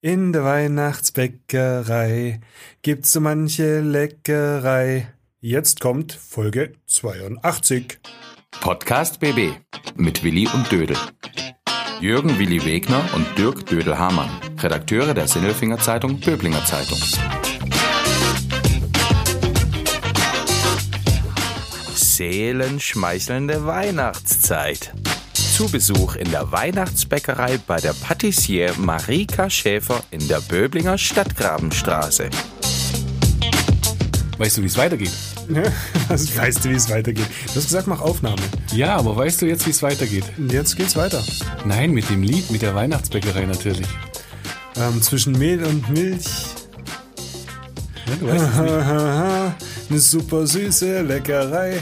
In der Weihnachtsbäckerei gibt's so manche Leckerei. Jetzt kommt Folge 82. Podcast BB mit Willi und Dödel. Jürgen Willi Wegner und Dirk Dödel-Hamann, Redakteure der Sinnelfinger Zeitung Böblinger Zeitung. Seelenschmeißelnde Weihnachtszeit. Zu Besuch in der Weihnachtsbäckerei bei der Patissiere Marika Schäfer in der Böblinger Stadtgrabenstraße. Weißt du, wie es weitergeht? Ja, also weißt du, wie es weitergeht? Du hast gesagt, mach Aufnahme. Ja, aber weißt du jetzt, wie es weitergeht? Und jetzt geht's weiter. Nein, mit dem Lied, mit der Weihnachtsbäckerei natürlich. Zwischen Mehl und Milch. Ja, du weißt es nicht. Eine super süße Leckerei.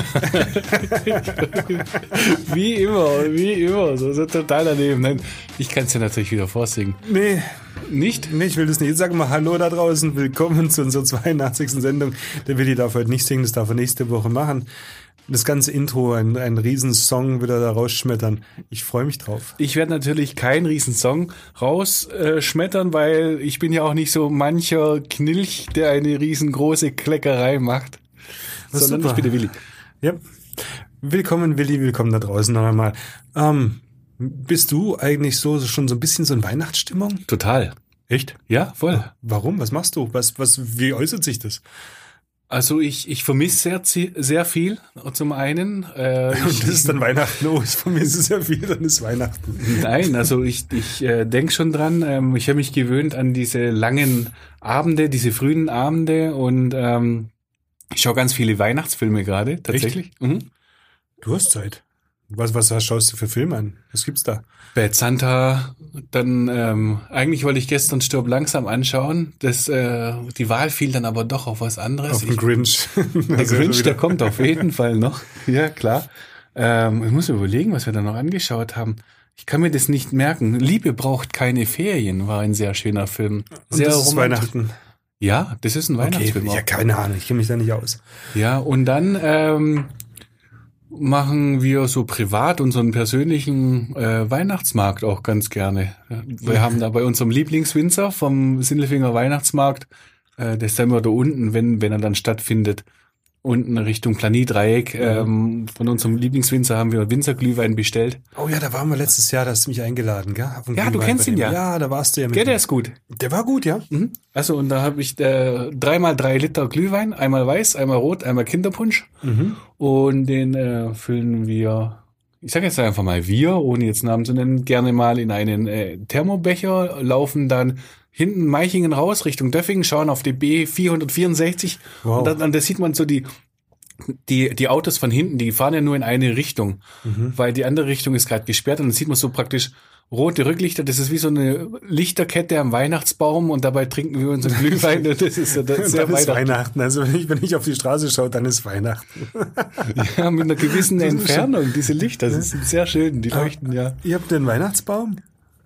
Wie immer. So total daneben. Nein, ich kann es ja natürlich wieder vorsingen. Nee, Nicht? ich will das nicht. Jetzt sag mal Hallo da draußen. Willkommen zu unserer 82. Sendung. Der Willi darf heute nicht singen, das darf er nächste Woche machen. Das ganze Intro, ein Riesensong wird er da rausschmettern. Ich freue mich drauf. Ich werde natürlich keinen Riesensong rausschmettern, weil ich bin ja auch nicht so mancher Knilch, der eine riesengroße Kleckerei macht. Das ist sondern super. ich bin der Willi. Ja. Willkommen, Willi, willkommen da draußen noch einmal. Bist du eigentlich schon so ein bisschen so in Weihnachtsstimmung? Total. Echt? Ja, voll. Warum? Was machst du? Wie äußert sich das? Also ich vermisse sehr viel. Zum einen. Und das ist dann Weihnachten. Oh, von mir ist es ja viel, dann ist Weihnachten. Nein, also ich denke schon dran. Ich habe mich gewöhnt an diese langen Abende, diese frühen Abende und ich schaue ganz viele Weihnachtsfilme gerade, tatsächlich. Mhm. Du hast Zeit. Was schaust du für Filme an? Was gibt's da? Bad Santa, dann eigentlich wollte ich gestern Stirb langsam anschauen. Die Wahl fiel dann aber doch auf was anderes. Auf den Grinch. Der Grinch, der kommt auf jeden Fall noch. Ja, klar. Ich muss mir überlegen, was wir da noch angeschaut haben. Ich kann mir das nicht merken. Liebe braucht keine Ferien war ein sehr schöner Film. Und Sehr das ist romantisch. Weihnachten. Ja, das ist ein Weihnachtsfilm. Okay, ja, keine Ahnung, ich kenne mich da nicht aus. Ja, und dann machen wir so privat unseren persönlichen Weihnachtsmarkt auch ganz gerne. Wir haben da bei unserem Lieblingswinzer vom Sinnelfinger Weihnachtsmarkt, der ist da immer da unten, wenn er dann stattfindet, unten Richtung Planetdreieck. Von unserem Lieblingswinzer haben wir Winzerglühwein bestellt. Oh ja, da waren wir letztes Jahr, da hast du mich eingeladen, gell? Ja, du kennst ihn ja. Ja, da warst du ja mit. Ja, der ihm. ist gut. Der war gut, ja. Mhm. Also und da habe ich 3x3 Liter Glühwein, einmal weiß, einmal rot, einmal Kinderpunsch. Und den füllen wir, ich sage jetzt einfach mal wir, ohne jetzt Namen zu nennen, gerne mal in einen Thermobecher, laufen dann hinten Meichingen raus, Richtung Döffingen, schauen auf die B464. Wow. Und dann das sieht man so die Autos von hinten, die fahren ja nur in eine Richtung, weil die andere Richtung ist gerade gesperrt und dann sieht man so praktisch rote Rücklichter, das ist wie so eine Lichterkette am Weihnachtsbaum und dabei trinken wir unseren Glühwein und das ist sehr Dann ist Weihnachten. Weihnachten. Also wenn ich auf die Straße schaue, dann ist Weihnachten. Ja, mit einer gewissen Entfernung, diese Lichter, das ist sehr schön, die leuchten ja. Ihr habt den Weihnachtsbaum?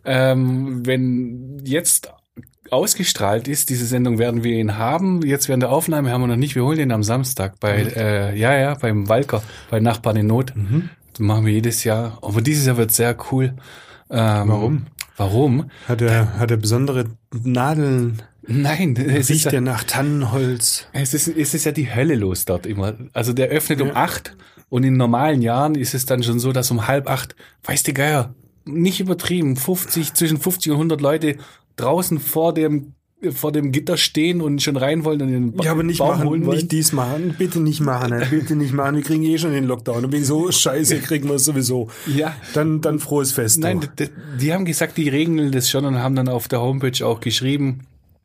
Wenn jetzt ausgestrahlt ist, diese Sendung werden wir ihn haben. Jetzt während der Aufnahme haben wir noch nicht. Wir holen ihn am Samstag beim Walker, bei Nachbarn in Not. Das machen wir jedes Jahr. Aber dieses Jahr wird sehr cool. Warum? Warum? Hat er besondere Nadeln? Nein, Riecht der nach Tannenholz? es ist ja die Hölle los dort immer. Also der öffnet um 8 und in normalen Jahren ist es dann schon so, dass um 7:30, weiß die Geier, nicht übertrieben, zwischen 50 und 100 Leute draußen vor dem Gitter stehen und schon rein wollen und den Ja, aber nicht Baum machen, holen wollen. nicht dies machen. Bitte nicht machen, bitte nicht machen. Wir kriegen schon den Lockdown. Und wegen so Scheiße kriegen wir es sowieso. Ja. Dann frohes Fest. Nein, die haben gesagt, die regeln das schon und haben dann auf der Homepage auch geschrieben,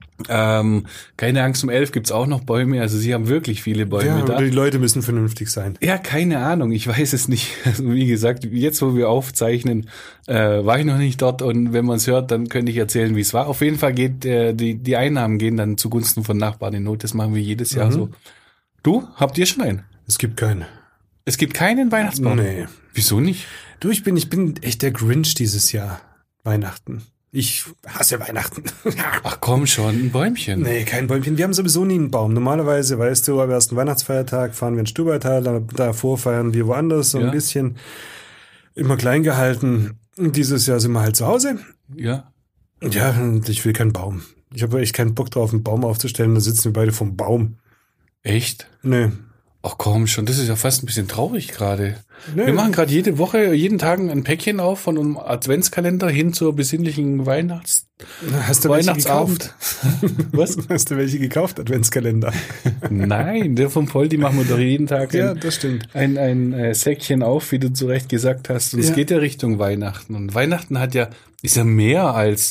keine Angst, um 11 gibt's auch noch Bäume. Also sie haben wirklich viele Bäume ja, da. aber die Leute müssen vernünftig sein. Ja, keine Ahnung, ich weiß es nicht. Also wie gesagt, jetzt wo wir aufzeichnen, war ich noch nicht dort und wenn man es hört, dann könnte ich erzählen, wie es war. Auf jeden Fall geht die Einnahmen gehen dann zugunsten von Nachbarn in Not. Das machen wir jedes Jahr so. Du, habt ihr schon einen? Es gibt keinen. Es gibt keinen Weihnachtsbaum? Nee. Wieso nicht? Du, ich bin echt der Grinch dieses Jahr. Weihnachten. Ich hasse Weihnachten. Ach komm schon, ein Bäumchen. Nee, kein Bäumchen. Wir haben sowieso nie einen Baum. Normalerweise, weißt du, am ersten Weihnachtsfeiertag fahren wir in Stubaital, davor feiern wir woanders, so ein bisschen immer klein gehalten. Und dieses Jahr sind wir halt zu Hause. Ja. Ja, und ich will keinen Baum. Ich habe echt keinen Bock drauf, einen Baum aufzustellen. Da sitzen wir beide vom Baum. Echt? Nee. Ach komm schon, das ist ja fast ein bisschen traurig gerade. Nee. Wir machen gerade jede Woche, jeden Tag ein Päckchen auf von einem Adventskalender hin zur besinnlichen Hast du welche Weihnachtsabend. Was? Hast du welche gekauft, Adventskalender? Nein, der vom Poldi machen wir doch jeden Tag Ja, das stimmt. ein Säckchen auf, wie du zu Recht gesagt hast. Und es geht ja Richtung Weihnachten. Und Weihnachten ist ja mehr als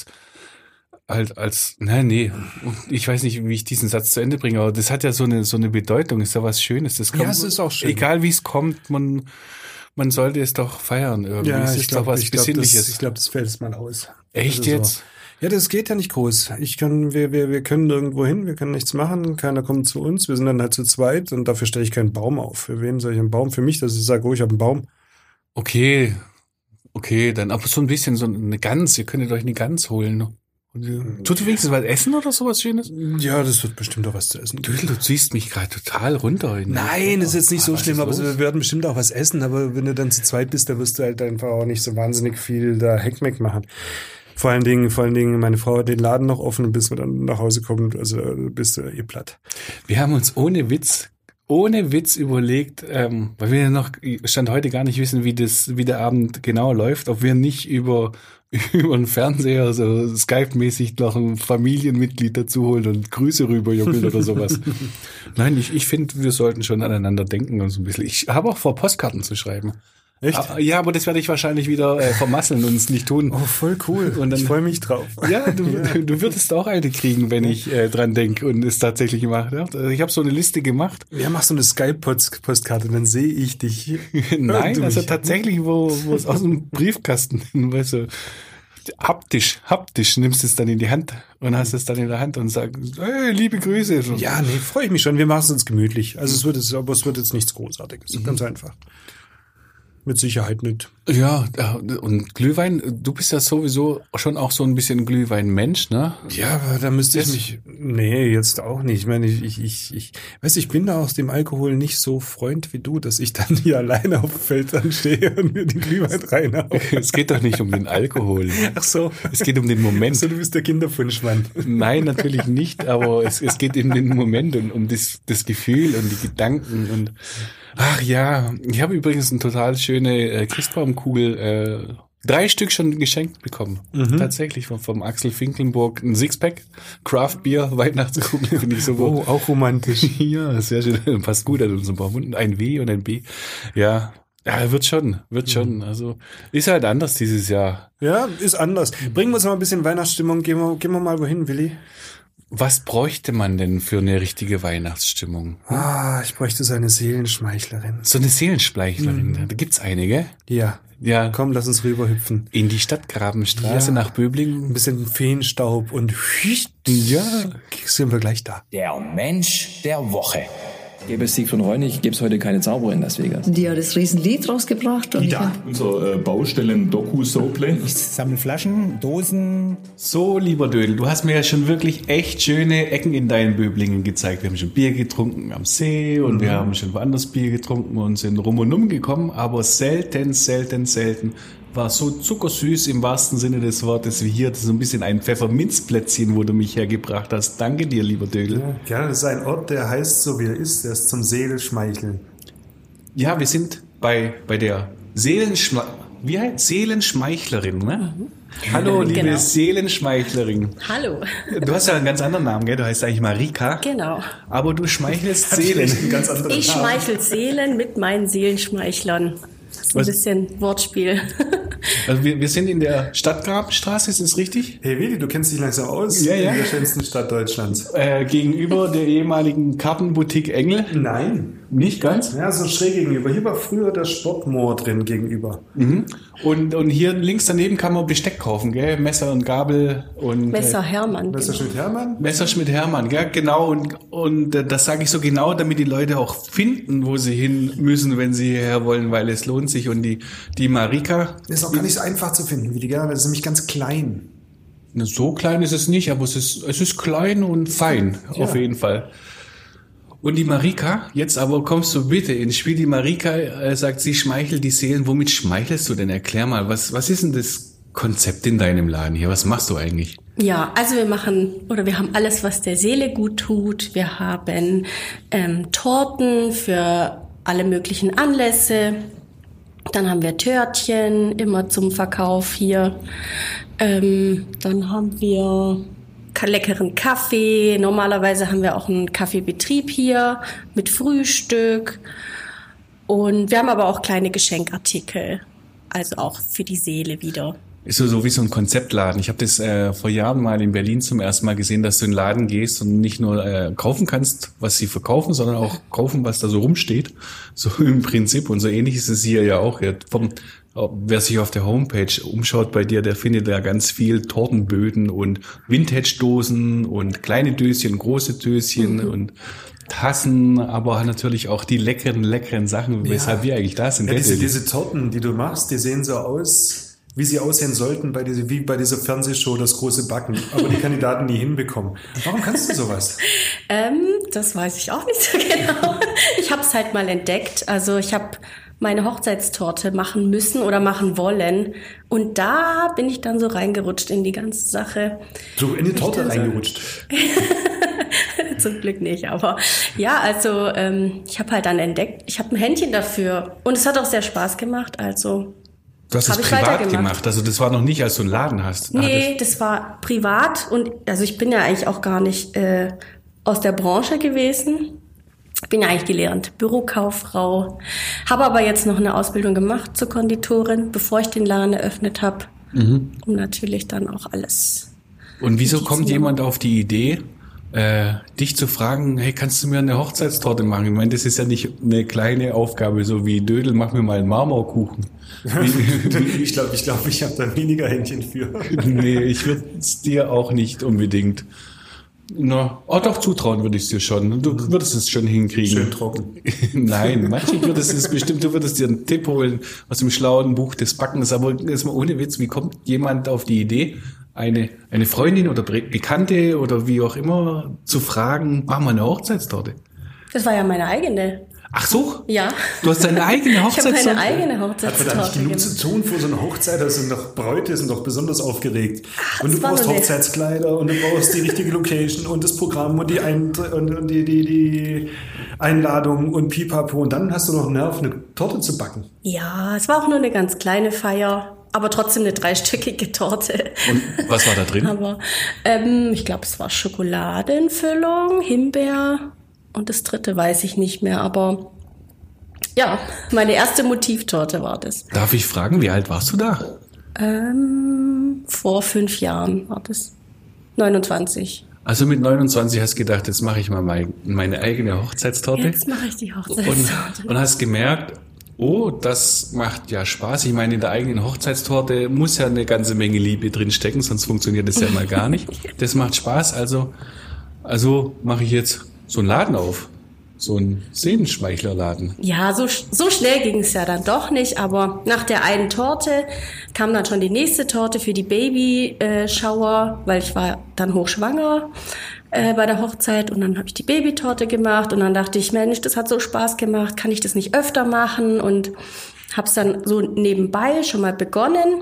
nee, ich weiß nicht, wie ich diesen Satz zu Ende bringe, aber das hat ja so eine Bedeutung, ist ja was Schönes. Das Ja, es ist auch schön. Egal wie es kommt, man sollte es doch feiern irgendwie. Ja, es ist doch was Besinnliches. Ich glaube, das fällt es mal aus. Echt Also jetzt? So. Ja, das geht ja nicht groß. Wir können nirgendwo hin, wir können nichts machen, keiner kommt zu uns, wir sind dann halt zu zweit und dafür stelle ich keinen Baum auf. Für wen soll ich einen Baum? Für mich, dass ich sage, oh, ich habe einen Baum. Okay, dann aber so ein bisschen so eine Gans, ihr könntet euch eine Gans holen. Tut ihr wenigstens was essen oder sowas Schönes? Ja, das wird bestimmt auch was zu essen. Du ziehst mich gerade total runter. Nein, ist jetzt nicht so schlimm, aber los? wir werden bestimmt auch was essen, aber wenn du dann zu zweit bist, da wirst du halt einfach auch nicht so wahnsinnig viel da Heckmeck machen. Vor allen Dingen, meine Frau hat den Laden noch offen, bis wir dann nach Hause kommen, also bist du platt. Wir haben uns ohne Witz überlegt, weil wir ja noch Stand heute gar nicht wissen, wie der Abend genau läuft, ob wir nicht über einen Fernseher, so Skype-mäßig noch ein Familienmitglied dazu holen und Grüße rüberjuckeln oder sowas. Nein, ich finde, wir sollten schon aneinander denken und so ein bisschen. Ich habe auch vor, Postkarten zu schreiben. Echt? Ja, aber das werde ich wahrscheinlich wieder vermasseln und es nicht tun. Oh, voll cool. Und dann, ich freue mich drauf. Ja, du würdest auch eine kriegen, wenn ich dran denke und es tatsächlich gemacht habe. Ich habe so eine Liste gemacht. Ja, mach so eine Skype-Postkarte, dann sehe ich dich. Nein, also tatsächlich, wo es aus dem Briefkasten, weißt du, haptisch nimmst es dann in die Hand und hast es dann in der Hand und sagst, hey, liebe Grüße. Ja, nee, freue ich mich schon. Wir machen es uns gemütlich. Also es wird jetzt nichts Großartiges. Ganz einfach. Mit Sicherheit nicht. Ja, und Glühwein, du bist ja sowieso schon auch so ein bisschen Glühwein-Mensch, ne? Ja, aber da müsste ich mich, nee, jetzt auch nicht. Ich meine, ich bin da aus dem Alkohol nicht so Freund wie du, dass ich dann hier alleine auf dem Feld dann stehe und mir den Glühwein reinhaue. Es geht doch nicht um den Alkohol. Ach so. Es geht um den Moment. So, du bist der Kinderwunschmann. Nein, natürlich nicht, aber es geht um den Moment und um das Gefühl und die Gedanken und ach ja, ich habe übrigens eine total schöne Christbaumkugel, 3 Stück schon geschenkt bekommen. Tatsächlich vom Axel Finkelnburg, ein Sixpack, Craft Beer, Weihnachtskugel, finde ich super. Oh, auch romantisch. Ja, sehr schön, passt gut an unseren Baum. Ein W und ein B. Ja, wird schon. Also ist halt anders dieses Jahr. Ja, ist anders. Bringen wir uns mal ein bisschen Weihnachtsstimmung. Gehen wir mal wohin, Willi? Was bräuchte man denn für eine richtige Weihnachtsstimmung? Ich bräuchte so eine Seelenschmeichlerin. So eine Seelenschmeichlerin, da gibt's eine, gell? Ja. Komm, lass uns rüberhüpfen. In die Stadtgrabenstraße nach Böblingen. Ein bisschen Feenstaub und ja, sind wir gleich da. Der Mensch der Woche. Gäbe es Siegfried Reunig, gäbe es heute keine Zauberer in Las Vegas. Die hat das Riesenlied rausgebracht. Und Unser Baustellen-Doku-Soaplay. Ich sammle Flaschen, Dosen. So, lieber Dödel, du hast mir ja schon wirklich echt schöne Ecken in deinen Böblingen gezeigt. Wir haben schon Bier getrunken am See und wir haben schon woanders Bier getrunken und sind rum und um gekommen, aber selten war so zuckersüß im wahrsten Sinne des Wortes wie hier. Das ist so ein bisschen ein Pfefferminzplätzchen, wo du mich hergebracht hast. Danke dir, lieber Dödel. Ja, das ist ein Ort, der heißt so, wie er ist. Der ist zum Seelenschmeicheln. Ja, wir sind bei der Seelenschmeichlerin, ne? Hallo, liebe Genau. Seelenschmeichlerin. Hallo. Du hast ja einen ganz anderen Namen, gell? Du heißt eigentlich Marika. Genau. Aber du schmeichelst Seelen. Ganz andere Ich schmeichel Seelen mit meinen Seelenschmeichlern. Das ist ein bisschen Wortspiel. Also wir sind in der Stadtgrabenstraße, ist das richtig? Hey Willi, du kennst dich langsam aus. Ja. In der schönsten Stadt Deutschlands. Gegenüber der ehemaligen Kartenboutique Engel. Nein. Nicht ganz? Ja, so schräg gegenüber. Hier war früher der Sportmoor drin gegenüber. Und hier links daneben kann man Besteck kaufen, gell? Messer und Gabel und Messer Hermann. Messerschmidt Hermann? Messerschmidt Hermann, gell? Genau. Und das sage ich so genau, damit die Leute auch finden, wo sie hin müssen, wenn sie hierher wollen, weil es lohnt sich. Und die Marika. Ist auch gar nicht so einfach zu finden, Willi, gell? Das ist nämlich ganz klein. So klein ist es nicht, aber es ist klein und fein, auf jeden Fall. Und die Marika, jetzt aber kommst du bitte ins Spiel. Die Marika sagt, sie schmeichelt die Seelen. Womit schmeichelst du denn? Erklär mal, was ist denn das Konzept in deinem Laden hier? Was machst du eigentlich? Ja, also wir haben alles, was der Seele gut tut. Wir haben Torten für alle möglichen Anlässe. Dann haben wir Törtchen, immer zum Verkauf hier. Dann haben wir leckeren Kaffee. Normalerweise haben wir auch einen Kaffeebetrieb hier mit Frühstück. Und wir haben aber auch kleine Geschenkartikel, also auch für die Seele wieder. Ist so wie so ein Konzeptladen. Ich habe das vor Jahren mal in Berlin zum ersten Mal gesehen, dass du in den Laden gehst und nicht nur kaufen kannst, was sie verkaufen, sondern auch kaufen, was da so rumsteht. So im Prinzip. Und so ähnlich ist es hier ja auch. Wer sich auf der Homepage umschaut bei dir, der findet da ganz viel Tortenböden und Vintage-Dosen und kleine Döschen, große Döschen und Tassen, aber natürlich auch die leckeren Sachen, weshalb wir eigentlich da sind. Ja, diese Torten, die du machst, die sehen so aus, wie sie aussehen sollten, wie bei dieser Fernsehshow Das große Backen, aber die Kandidaten nie hinbekommen. Warum kannst du sowas? Das weiß ich auch nicht so genau. Ich habe es halt mal entdeckt. Also ich habe meine Hochzeitstorte machen müssen oder machen wollen. Und da bin ich dann so reingerutscht in die ganze Sache. So in die Torte reingerutscht? Zum Glück nicht, aber ja, also ich habe halt dann entdeckt, ich habe ein Händchen dafür und es hat auch sehr Spaß gemacht, also du hast es privat gemacht, also das war noch nicht, als du einen Laden hast. Nee, das war privat und also ich bin ja eigentlich auch gar nicht aus der Branche gewesen. Ich bin ja eigentlich gelernte Bürokauffrau, habe aber jetzt noch eine Ausbildung gemacht zur Konditorin, bevor ich den Laden eröffnet habe, um natürlich dann auch alles. Und wieso kommt jemand auf die Idee, dich zu fragen, hey, kannst du mir eine Hochzeitstorte machen? Ich meine, das ist ja nicht eine kleine Aufgabe, so wie Dödel, mach mir mal einen Marmorkuchen. Ich glaube, ich habe da weniger Händchen für. Nee, ich würde es dir auch nicht unbedingt. Doch, zutrauen würde ich es dir schon. Du würdest es schon hinkriegen. Schön trocken. Nein, manchmal würdest du es bestimmt, du würdest dir einen Tipp holen aus dem schlauen Buch des Backens, aber jetzt mal ohne Witz, wie kommt jemand auf die Idee, eine Freundin oder Bekannte oder wie auch immer zu fragen, mach mal eine Hochzeitstorte? Das war ja meine eigene. Ach so? Ja. Du hast deine eigene Hochzeitstorte? Ich habe meine eigene Hochzeitstorte. Hat man da nicht genug zu tun vor so einer Hochzeit? Da sind doch Bräute, sind doch besonders aufgeregt. Und du brauchst Hochzeitskleider und du brauchst die richtige Location und das Programm und die Einladung und Pipapo. Und dann hast du noch einen Nerv, eine Torte zu backen. Ja, es war auch nur eine ganz kleine Feier. Aber trotzdem eine 3-stöckige Torte. Und was war da drin? Aber ich glaube, es war Schokoladenfüllung, Himbeer und das dritte weiß ich nicht mehr. Aber ja, meine erste Motivtorte war das. Darf ich fragen, wie alt warst du da? Vor 5 Jahren war das. 29. Also mit 29 hast du gedacht, jetzt mache ich mal meine eigene Hochzeitstorte. Jetzt mache ich die Hochzeitstorte. Und hast gemerkt, oh, das macht ja Spaß. Ich meine, in der eigenen Hochzeitstorte muss ja eine ganze Menge Liebe drinstecken, sonst funktioniert das ja mal gar nicht. Das macht Spaß, also mache ich jetzt so einen Laden auf. So einen Seelenschmeichlerladen. Ja, so schnell ging es ja dann doch nicht, aber nach der einen Torte kam dann schon die nächste Torte für die Baby-Shower, weil ich war dann hochschwanger bei der Hochzeit und dann habe ich die Babytorte gemacht und dann dachte ich, Mensch, das hat so Spaß gemacht, kann ich das nicht öfter machen und habe es dann so nebenbei schon mal begonnen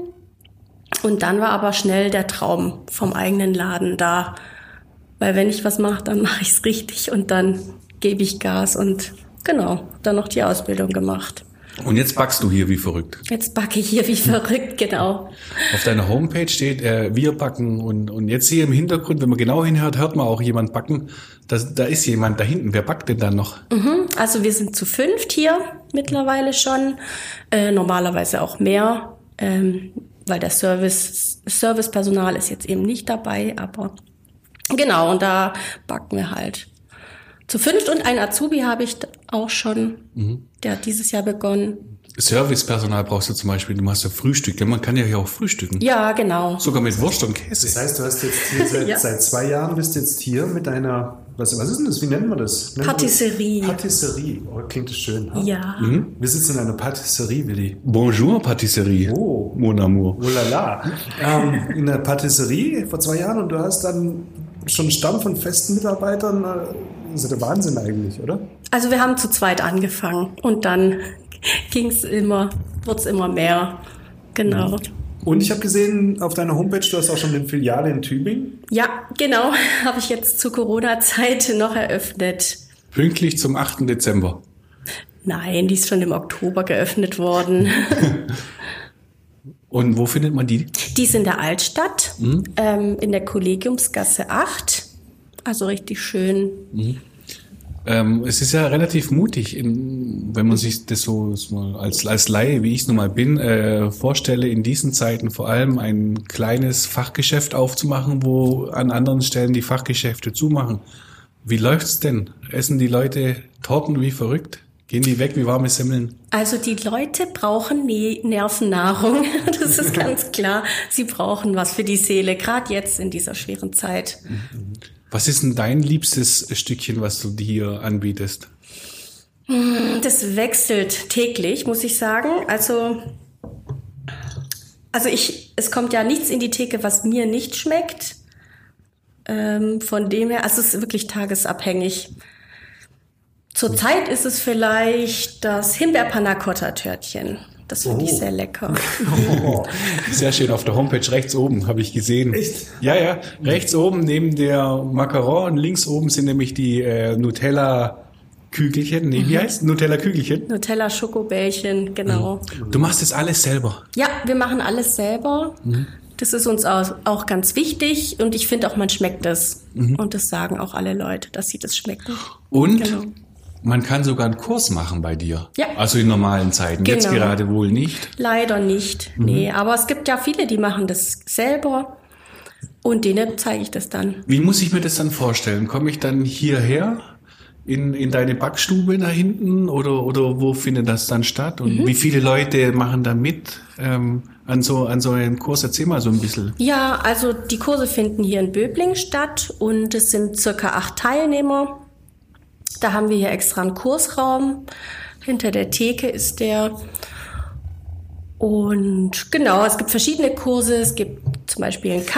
und dann war aber schnell der Traum vom eigenen Laden da, weil wenn ich was mache, dann mache ich es richtig und dann gebe ich Gas und genau, dann noch die Ausbildung gemacht. Und jetzt backst du hier wie verrückt? Jetzt backe ich hier wie verrückt, genau. Auf deiner Homepage steht, wir backen und jetzt hier im Hintergrund, wenn man genau hinhört, hört man auch jemand backen. Da ist jemand da hinten. Wer backt denn dann noch? Also wir sind zu 5 hier mittlerweile schon, normalerweise auch mehr, weil der Servicepersonal ist jetzt eben nicht dabei, aber genau, und da backen wir halt. Zu 5 und ein Azubi habe ich auch schon, der hat dieses Jahr begonnen. Servicepersonal brauchst du zum Beispiel, du machst ja Frühstück, denn man kann ja hier auch frühstücken. Ja, genau. Sogar mit Wurst und Käse. Das heißt, du hast jetzt hier seit 2 Jahren bist jetzt hier mit deiner, was ist denn das, wie nennen wir das? Patisserie. Patisserie, oh, klingt das schön. Ha? Ja. Wir sitzen in einer Patisserie, Willi. Bonjour, Patisserie. Oh. Mon amour. Oh la la. In der Patisserie vor 2 Jahren und du hast dann schon einen Stamm von festen Mitarbeitern. Das ist ja der Wahnsinn eigentlich, oder? Also wir haben zu zweit angefangen und dann wurde es immer mehr. Genau. Und ich habe gesehen auf deiner Homepage, du hast auch schon eine Filiale in Tübingen. Ja, genau. Habe ich jetzt zur Corona-Zeit noch eröffnet. Pünktlich zum 8. Dezember. Nein, die ist schon im Oktober geöffnet worden. Und wo findet man die? Die ist in der Altstadt, in der Kollegiumsgasse 8. Also richtig schön. Es ist ja relativ mutig, wenn man sich das so als Laie, wie ich es nun mal bin, vorstelle, in diesen Zeiten vor allem ein kleines Fachgeschäft aufzumachen, wo an anderen Stellen die Fachgeschäfte zumachen. Wie läuft's denn? Essen die Leute Torten wie verrückt? Gehen die weg wie warme Semmeln? Also die Leute brauchen Nervennahrung, das ist ganz klar. Sie brauchen was für die Seele, gerade jetzt in dieser schweren Zeit. Was ist denn dein liebstes Stückchen, was du dir anbietest? Das wechselt täglich, muss ich sagen. Also es kommt ja nichts in die Theke, was mir nicht schmeckt. Von dem her, also es ist wirklich tagesabhängig. Zurzeit ist es vielleicht das Himbeer-Panna-Cotta-Törtchen. Das finde ich sehr lecker. Sehr schön, auf der Homepage rechts oben habe ich gesehen. Echt? Ja, rechts oben neben der Macaron und links oben sind nämlich die Nutella-Kügelchen. Nee, wie heißt Nutella-Kügelchen? Nutella-Schokobällchen, genau. Du machst das alles selber? Ja, wir machen alles selber. Das ist uns auch ganz wichtig und ich finde auch, man schmeckt es. Und das sagen auch alle Leute, dass sie das schmecken. Und Genau. man kann sogar einen Kurs machen bei dir. Ja. Also in normalen Zeiten. Genau. Jetzt gerade wohl nicht. Leider nicht, nee. Aber es gibt ja viele, die machen das selber und denen zeige ich das dann. Wie muss ich mir das dann vorstellen? Komme ich dann hierher in deine Backstube da hinten oder wo findet das dann statt? Und wie viele Leute machen da mit an so einem Kurs? Erzähl mal so ein bisschen. Ja, also die Kurse finden hier in Böblingen statt und es sind circa 8 Teilnehmer. Da haben wir hier extra einen Kursraum. Hinter der Theke ist der. Und genau, es gibt verschiedene Kurse. Es gibt zum Beispiel einen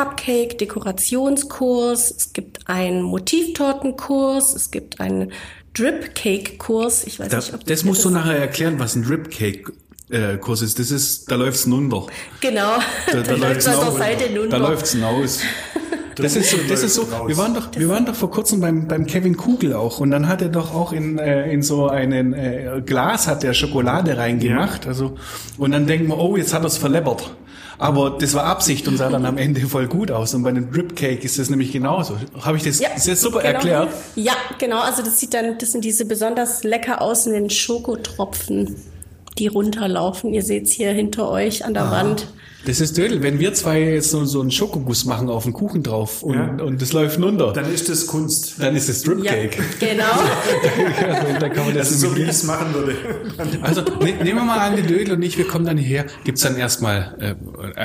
Cupcake-Dekorationskurs. Es gibt einen Motivtortenkurs. Es gibt einen Drip-Cake-Kurs. Ich weiß nicht, ob Das musst du nachher erklären, was ein Drip-Cake-Kurs ist. Da läuft's nunter. Genau, da läuft's aus. auf der Seite nunter. Da läuft's aus. Das ist so. Wir waren doch vor kurzem beim Kevin Kugel auch und dann hat er doch auch in so einen Glas hat der Schokolade reingemacht. Also und dann denken wir, oh, jetzt hat er's verleppert. Aber das war Absicht und sah dann am Ende voll gut aus. Und bei einem Drip Cake ist das nämlich genauso. Habe ich das jetzt super erklärt? Ja, genau. Also das sind diese besonders lecker aussehenden Schokotropfen, die runterlaufen. Ihr seht's hier hinter euch an der Wand. Das ist Dödel. Wenn wir zwei jetzt so einen Schokoguss machen auf den Kuchen drauf und das läuft runter. Dann ist das Kunst. Dann ist es Drip Cake. Ja, genau. Da kann man das ist so, wie ich es machen würde. Also nehmen wir mal an, die Dödel und ich, wir kommen dann hierher. Gibt's dann erstmal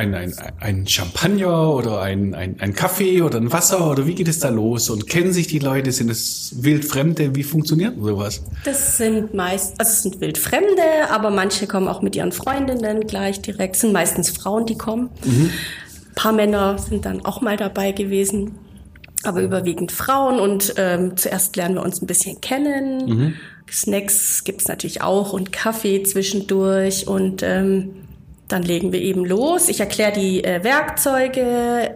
ein Champagner oder ein Kaffee oder ein Wasser oder wie geht es da los? Und kennen sich die Leute? Sind es Wildfremde? Wie funktioniert sowas? Das sind es sind Wildfremde, aber manche kommen auch mit ihren Freundinnen gleich direkt. Es sind meistens Frauen, die kommen. Ein paar Männer sind dann auch mal dabei gewesen, aber überwiegend Frauen. Und zuerst lernen wir uns ein bisschen kennen. Snacks gibt's natürlich auch und Kaffee zwischendurch. Und dann legen wir eben los. Ich erkläre die Werkzeuge.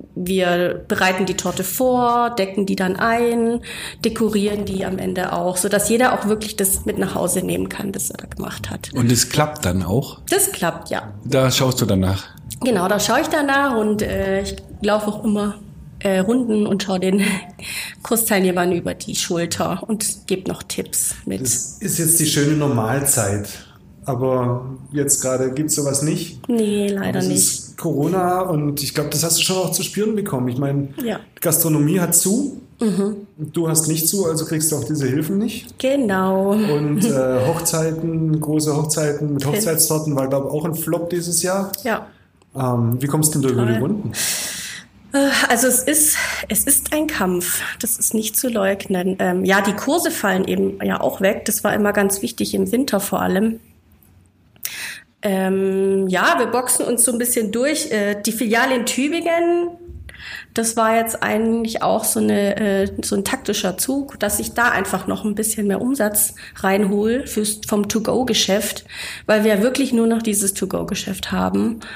Wir bereiten die Torte vor, decken die dann ein, dekorieren die am Ende auch, sodass jeder auch wirklich das mit nach Hause nehmen kann, das er da gemacht hat. Und es klappt dann auch? Das klappt, ja. Da schaust du danach? Genau, da schaue ich danach und ich laufe auch immer Runden und schaue den Kursteilnehmern über die Schulter und gebe noch Tipps mit. Das ist jetzt die schöne Normalzeit. Aber jetzt gerade gibt's sowas nicht. Nee, leider das nicht. Ist Corona und ich glaube, das hast du schon auch zu spüren bekommen. Ich meine, Gastronomie hat zu, du hast nicht zu, also kriegst du auch diese Hilfen nicht. Genau. Und Hochzeiten, große Hochzeiten mit Hochzeitstorten war, glaube ich, auch ein Flop dieses Jahr. Ja. Wie kommst du denn da über die Runden? Also es ist ein Kampf, das ist nicht zu leugnen. Die Kurse fallen eben ja auch weg, das war immer ganz wichtig im Winter vor allem. Wir boxen uns so ein bisschen durch. Die Filiale in Tübingen, das war jetzt eigentlich auch so ein taktischer Zug, dass ich da einfach noch ein bisschen mehr Umsatz reinhole vom To-Go-Geschäft, weil wir wirklich nur noch dieses To-Go-Geschäft haben.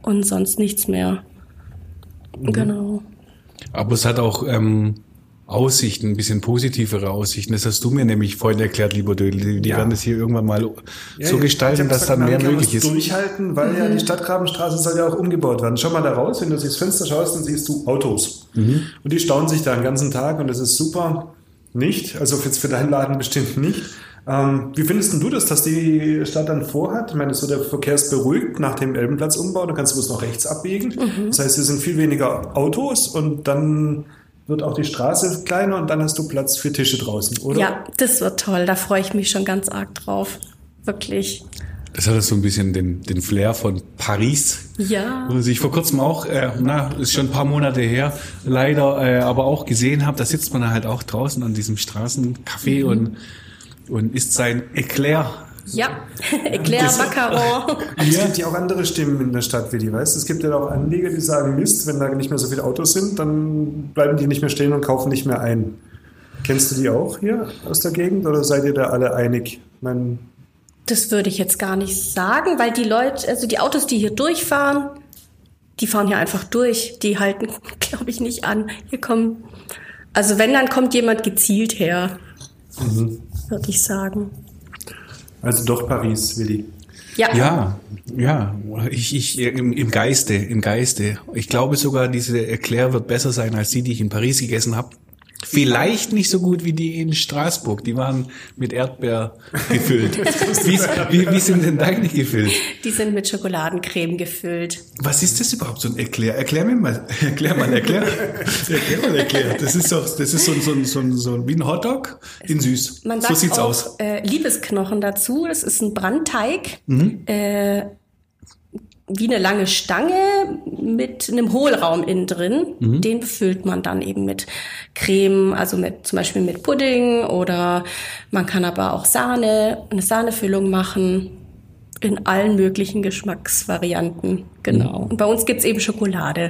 und sonst nichts mehr. Genau. Aber es hat auch Aussichten, ein bisschen positivere Aussichten. Das hast du mir nämlich vorhin erklärt, lieber Dödel. Die werden das hier irgendwann mal so gestalten, dass dann mehr möglich ist. Durchhalten, weil ja die Stadtgrabenstraße soll ja auch umgebaut werden. Schau mal da raus, wenn du durchs Fenster schaust, dann siehst du Autos. Und die stauen sich da den ganzen Tag und das ist super. Nicht, also jetzt für deinen Laden bestimmt nicht. Wie findest denn du das, dass die Stadt dann vorhat? Ich meine, so der Verkehr ist beruhigt nach dem Elbenplatzumbau, da kannst du bloß noch rechts abbiegen. Das heißt, es sind viel weniger Autos und dann wird auch die Straße kleiner und dann hast du Platz für Tische draußen, oder? Ja, das wird toll. Da freue ich mich schon ganz arg drauf. Wirklich. Das hat so ein bisschen den Flair von Paris. Ja. Wo ich vor kurzem auch, ist schon ein paar Monate her, leider, aber auch gesehen habe, da sitzt man halt auch draußen an diesem Straßencafé und isst sein Eclair. Ja, Eclair, Macaron. Es gibt ja auch andere Stimmen in der Stadt, wie die weißt. Es gibt ja auch Anlieger, die sagen, Mist, wenn da nicht mehr so viele Autos sind, dann bleiben die nicht mehr stehen und kaufen nicht mehr ein. Kennst du die auch hier aus der Gegend oder seid ihr da alle einig? Das würde ich jetzt gar nicht sagen, weil die Leute, also die Autos, die hier durchfahren, die fahren hier einfach durch. Die halten, glaube ich, nicht an. Also wenn, dann kommt jemand gezielt her, würde ich sagen. Also doch Paris, Willi. Ja. Ja. Ich im Geiste. Ich glaube sogar, diese Eclair wird besser sein als die ich in Paris gegessen habe. Vielleicht nicht so gut wie die in Straßburg. Die waren mit Erdbeer gefüllt. Wie sind denn deine gefüllt? Die sind mit Schokoladencreme gefüllt. Was ist das überhaupt, so ein Eclair? Erklär mal Eclair. Das ist so wie ein Hotdog in süß. Man so sagt sieht's auch, aus. Liebesknochen dazu. Das ist ein Brandteig. Wie eine lange Stange mit einem Hohlraum innen drin. Den befüllt man dann eben mit Creme, also zum Beispiel mit Pudding, oder man kann aber auch eine Sahnefüllung machen in allen möglichen Geschmacksvarianten. Genau. Und bei uns gibt's eben Schokolade.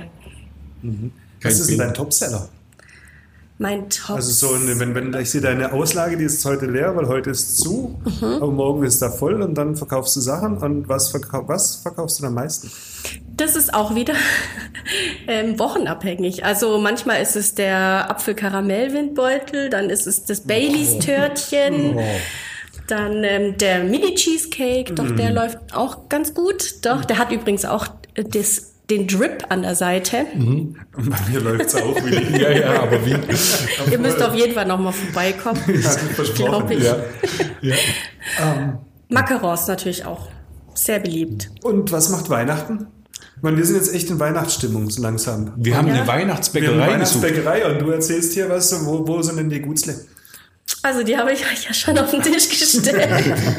Was ist denn dein Topseller? Mein Top. Also so, wenn ich sehe deine Auslage, die ist heute leer, weil heute ist zu, aber morgen ist da voll und dann verkaufst du Sachen. Und was verkaufst du am meisten? Das ist auch wieder wochenabhängig. Also manchmal ist es der Apfel-Karamell-Windbeutel, dann ist es das Baileys-Törtchen, dann der Mini-Cheesecake, doch der läuft auch ganz gut. Doch, der hat übrigens auch den Drip an der Seite. Bei mir läuft's auch wieder. Ja, aber wie? Ihr müsst auf jeden Fall nochmal vorbeikommen. Versprochen. Glaube ich. Ja. Macarons natürlich auch sehr beliebt. Und was macht Weihnachten? Ich meine, wir sind jetzt echt in Weihnachtsstimmung so langsam. Wir haben eine Weihnachtsbäckerei gesucht. Und du erzählst hier was, wo sind denn die Gutzle? Also die habe ich euch ja schon auf den Tisch gestellt.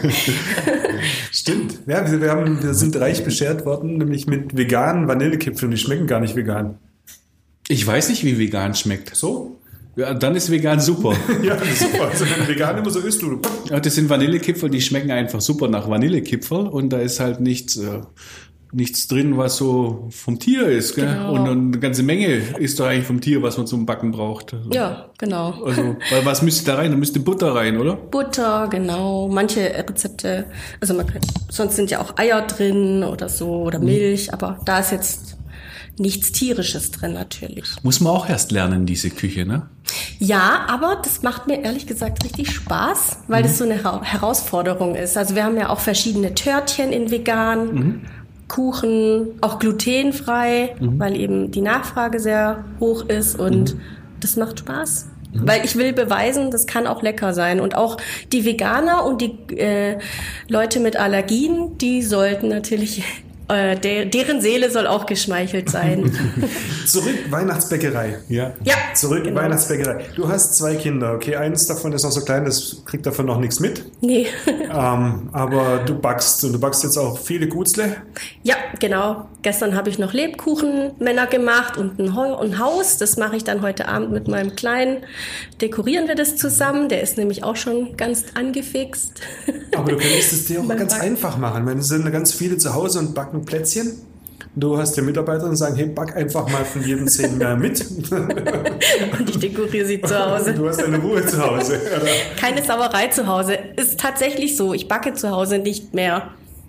Stimmt. Ja, wir sind reich beschert worden, nämlich mit veganen Vanillekipfeln. Die schmecken gar nicht vegan. Ich weiß nicht, wie vegan schmeckt. So? Ja, dann ist vegan super. Ja, super. Also wenn vegan immer so isst, du. Ja, das sind Vanillekipferl, die schmecken einfach super nach Vanillekipferl und da ist halt nichts drin, was so vom Tier ist. Gell? Genau. Und eine ganze Menge ist da eigentlich vom Tier, was man zum Backen braucht. Ja, genau. Also, weil was müsste da rein? Da müsste Butter rein, oder? Butter, genau. Manche Rezepte, also sonst sind ja auch Eier drin oder so oder Milch, aber da ist jetzt nichts Tierisches drin natürlich. Muss man auch erst lernen, diese Küche, ne? Ja, aber das macht mir ehrlich gesagt richtig Spaß, weil das so eine Herausforderung ist. Also wir haben ja auch verschiedene Törtchen in vegan, Kuchen, auch glutenfrei, weil eben die Nachfrage sehr hoch ist und das macht Spaß. Weil ich will beweisen, das kann auch lecker sein. Und auch die Veganer und die Leute mit Allergien, die sollten natürlich, deren Seele soll auch geschmeichelt sein. Zurück Weihnachtsbäckerei. Ja. Zurück Weihnachtsbäckerei. Du hast 2 Kinder, okay? Eines davon ist noch so klein, das kriegt davon noch nichts mit. Nee. Aber du backst und du backst jetzt auch viele Gutzle. Ja, genau. Gestern habe ich noch Lebkuchenmänner gemacht und ein Haus. Das mache ich dann heute Abend mit meinem Kleinen. Dekorieren wir das zusammen. Der ist nämlich auch schon ganz angefixt. Aber du könntest es dir auch ganz einfach machen. Wenn es sind ganz viele zu Hause und backen Plätzchen. Du hast die Mitarbeiter und sagen, hey, back einfach mal von jedem 10 mehr mit. Und ich dekoriere sie zu Hause. Du hast deine Ruhe zu Hause. Oder? Keine Sauerei zu Hause. Ist tatsächlich so. Ich backe zu Hause nicht mehr.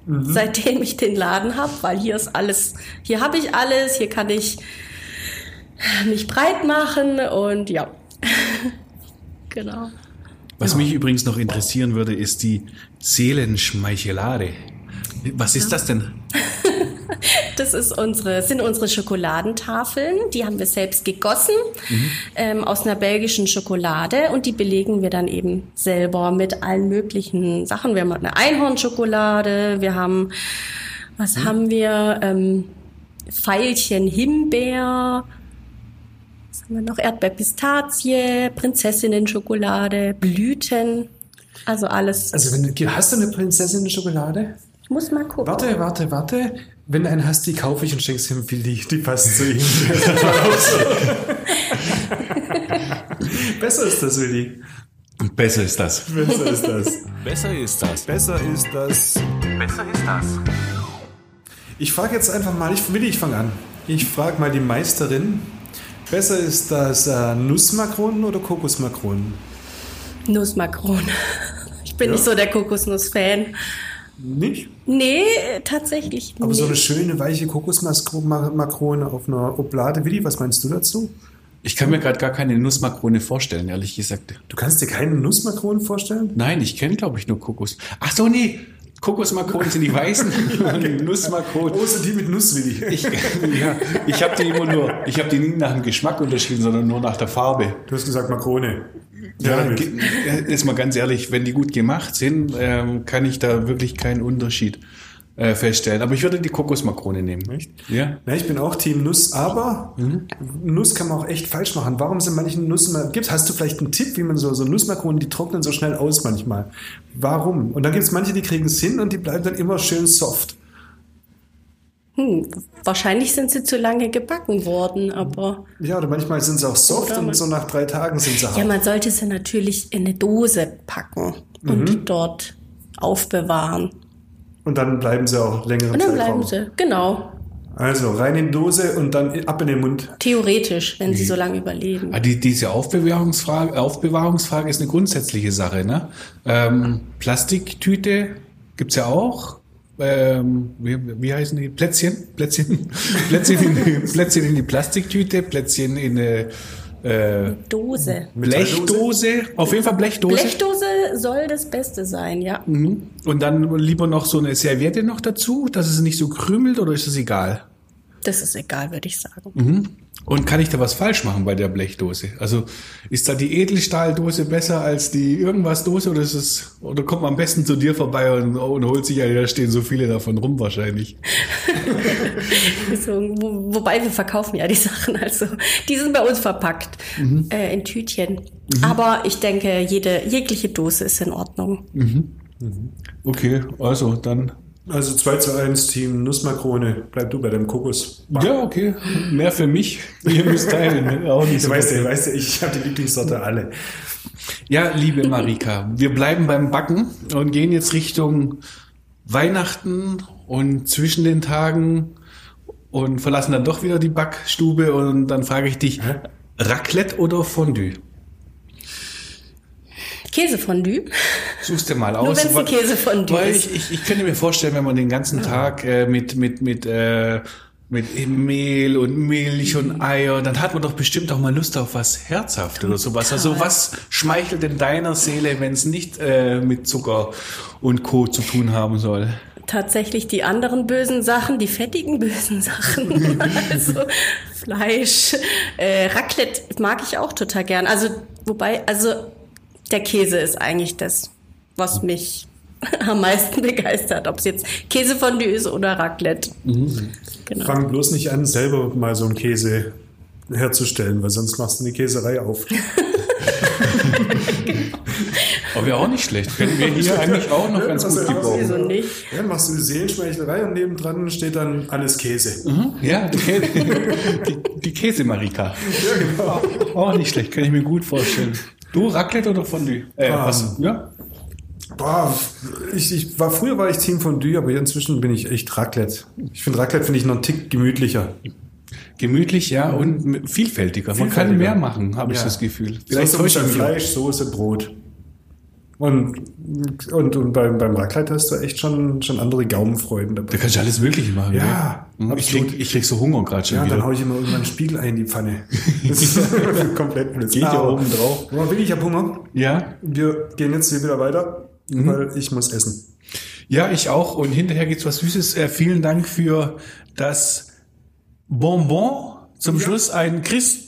seitdem ich den Laden habe, weil hier ist alles, hier habe ich alles, hier kann ich mich breit machen und ja, genau. Was mich übrigens noch interessieren würde, ist die Seelenschmeichelade. Was ist das denn? Das sind unsere Schokoladentafeln. Die haben wir selbst gegossen aus einer belgischen Schokolade und die belegen wir dann eben selber mit allen möglichen Sachen. Wir haben eine Einhornschokolade, wir haben, haben wir? Veilchen Himbeer, was haben wir noch? Erdbeerpistazie, Prinzessinnen-Schokolade, Blüten, also alles. Also hast du eine Prinzessinnen-Schokolade? Ich muss mal gucken. Warte. Wenn du einen hast, die kaufe ich und schenkst ihm Willi. Die passt zu ihm. Besser ist das, Willi. Besser ist das. Besser ist das. Ich frage jetzt einfach mal, Willi, ich fange an. Ich frage mal die Meisterin. Besser ist das Nussmakronen oder Kokosmakronen? Nussmakronen. Ich bin nicht so der Kokosnuss-Fan. Nicht? Nee, tatsächlich nicht. Aber so eine schöne, weiche Kokosmakrone auf einer Oblade. Willi, was meinst du dazu? Ich kann mir gerade gar keine Nussmakrone vorstellen, ehrlich gesagt. Du kannst dir keine Nussmakronen vorstellen? Nein, ich kenne, glaube ich, nur Kokos. Ach so, nee. Kokosmakronen sind die weißen. Nussmakronen. Oh, sind die mit Nuss, Willi? Ich habe die nie nach dem Geschmack unterschieden, sondern nur nach der Farbe. Du hast gesagt Makrone. Ja, ist mal ganz ehrlich, wenn die gut gemacht sind, kann ich da wirklich keinen Unterschied feststellen. Aber ich würde die Kokosmakrone nehmen. Echt? Ja. Na, ich bin auch Team Nuss, aber Nuss kann man auch echt falsch machen. Warum sind manche hast du vielleicht einen Tipp, wie man so Nussmakronen, die trocknen so schnell aus manchmal. Warum? Und dann gibt es manche, die kriegen es hin und die bleiben dann immer schön soft. Wahrscheinlich sind sie zu lange gebacken worden, aber... Ja, oder manchmal sind sie auch soft und so nach 3 Tagen sind sie hart. Ja, man sollte sie natürlich in eine Dose packen und dort aufbewahren. Und dann bleiben sie auch längere Zeit. Und dann bleiben sie, genau. Also rein in die Dose und dann ab in den Mund. Theoretisch, wenn sie so lange überleben. Diese Aufbewahrungsfrage ist eine grundsätzliche Sache. Ne? Plastiktüte gibt's ja auch. Wie heißen die? Plätzchen in die Plastiktüte, Plätzchen in eine Dose. Blechdose. Auf jeden Fall Blechdose. Blechdose soll das Beste sein, ja. Und dann lieber noch so eine Serviette noch dazu, dass es nicht so krümelt, oder ist das egal? Das ist egal, würde ich sagen. Und kann ich da was falsch machen bei der Blechdose? Also ist da die Edelstahldose besser als die Irgendwas-Dose oder kommt man am besten zu dir vorbei und holt sich da stehen so viele davon rum wahrscheinlich. Wobei wir verkaufen ja die Sachen, also die sind bei uns verpackt in Tütchen. Aber ich denke, jegliche Dose ist in Ordnung. Okay, also dann... Also 2:1 Team Nussmakrone. Bleib du bei deinem Kokos. Ja, okay. Mehr für mich. Ihr müsst teilen. Auch nicht so. Weißt du, ich habe die Lieblingssorte alle. Ja, liebe Marika, wir bleiben beim Backen und gehen jetzt Richtung Weihnachten und zwischen den Tagen und verlassen dann doch wieder die Backstube und dann frage ich dich, Raclette oder Fondue? Käsefondue. Suchst dir mal aus. Nur wenn es ein Käsefondue weil ist. Ich könnte mir vorstellen, wenn man den ganzen Tag mit Mehl und Milch und Eier, dann hat man doch bestimmt auch mal Lust auf was Herzhaftes oder sowas. Also was schmeichelt denn deiner Seele, wenn es nicht mit Zucker und Co. zu tun haben soll? Tatsächlich die anderen bösen Sachen, die fettigen bösen Sachen. Also Fleisch. Raclette mag ich auch total gern. Also der Käse ist eigentlich das, was mich am meisten begeistert. Ob es jetzt Käsefondue ist oder Raclette. Genau. Fang bloß nicht an, selber mal so einen Käse herzustellen, weil sonst machst du eine Käserei auf. Aber wäre auch nicht schlecht. Können wir hier eigentlich auch noch ganz gut gebrauchen. Wieso nicht? Ja, dann machst du die Seelenschmeichelei und nebendran steht dann alles Käse. Ja, die Käse-Marika. Ja, genau. Auch nicht schlecht, kann ich mir gut vorstellen. Du, Raclette oder Fondue? Was? Ja? Früher war ich Team Fondue, aber inzwischen bin ich echt Raclette. Ich finde Raclette noch einen Tick gemütlicher. Gemütlich, ja, und vielfältiger. Man kann mehr machen, habe ich das Gefühl. Vielleicht so ein Fleisch, Soße, Brot. Und beim Raclette hast du echt schon andere Gaumenfreuden dabei. Da kannst du alles Mögliche machen. Ja. Ne? Ich krieg so Hunger gerade schon Ja, wieder. dann hau ich immer irgendwann einen Spiegel ein in die Pfanne. Das ist komplett blöd. Geht ja oben drauf. Will ich hab Hunger. Ja. Wir gehen jetzt hier wieder weiter, weil ich muss essen. Ja, ich auch. Und hinterher gibt's was Süßes. Vielen Dank für das Bonbon. Zum Schluss ein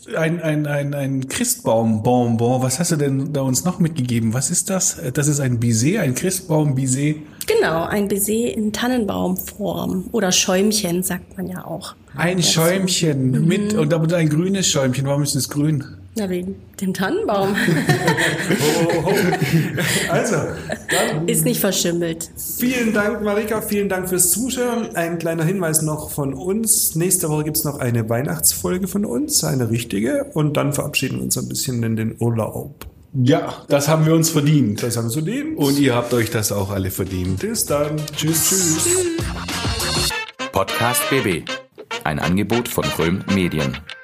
Christbaum-Bonbon. Was hast du denn da uns noch mitgegeben? Was ist das? Das ist ein Baiser, ein Christbaum-Baiser. Genau, ein Baiser in Tannenbaumform oder Schäumchen, sagt man ja auch. Ein Schäumchen mit, und damit ein grünes Schäumchen. Warum ist es grün? Na, wegen dem Tannenbaum. Also, dann Ist nicht verschimmelt. vielen Dank, Marika, vielen Dank fürs Zuschauen. Ein kleiner Hinweis noch von uns. Nächste Woche gibt's noch eine Weihnachtsfolge von uns, eine richtige. Und dann verabschieden wir uns ein bisschen in den Urlaub. Ja, das haben wir uns verdient. Das haben wir so den. Und ihr habt euch das auch alle verdient. Bis dann. Tschüss. Podcast BB. Ein Angebot von Röhm Medien.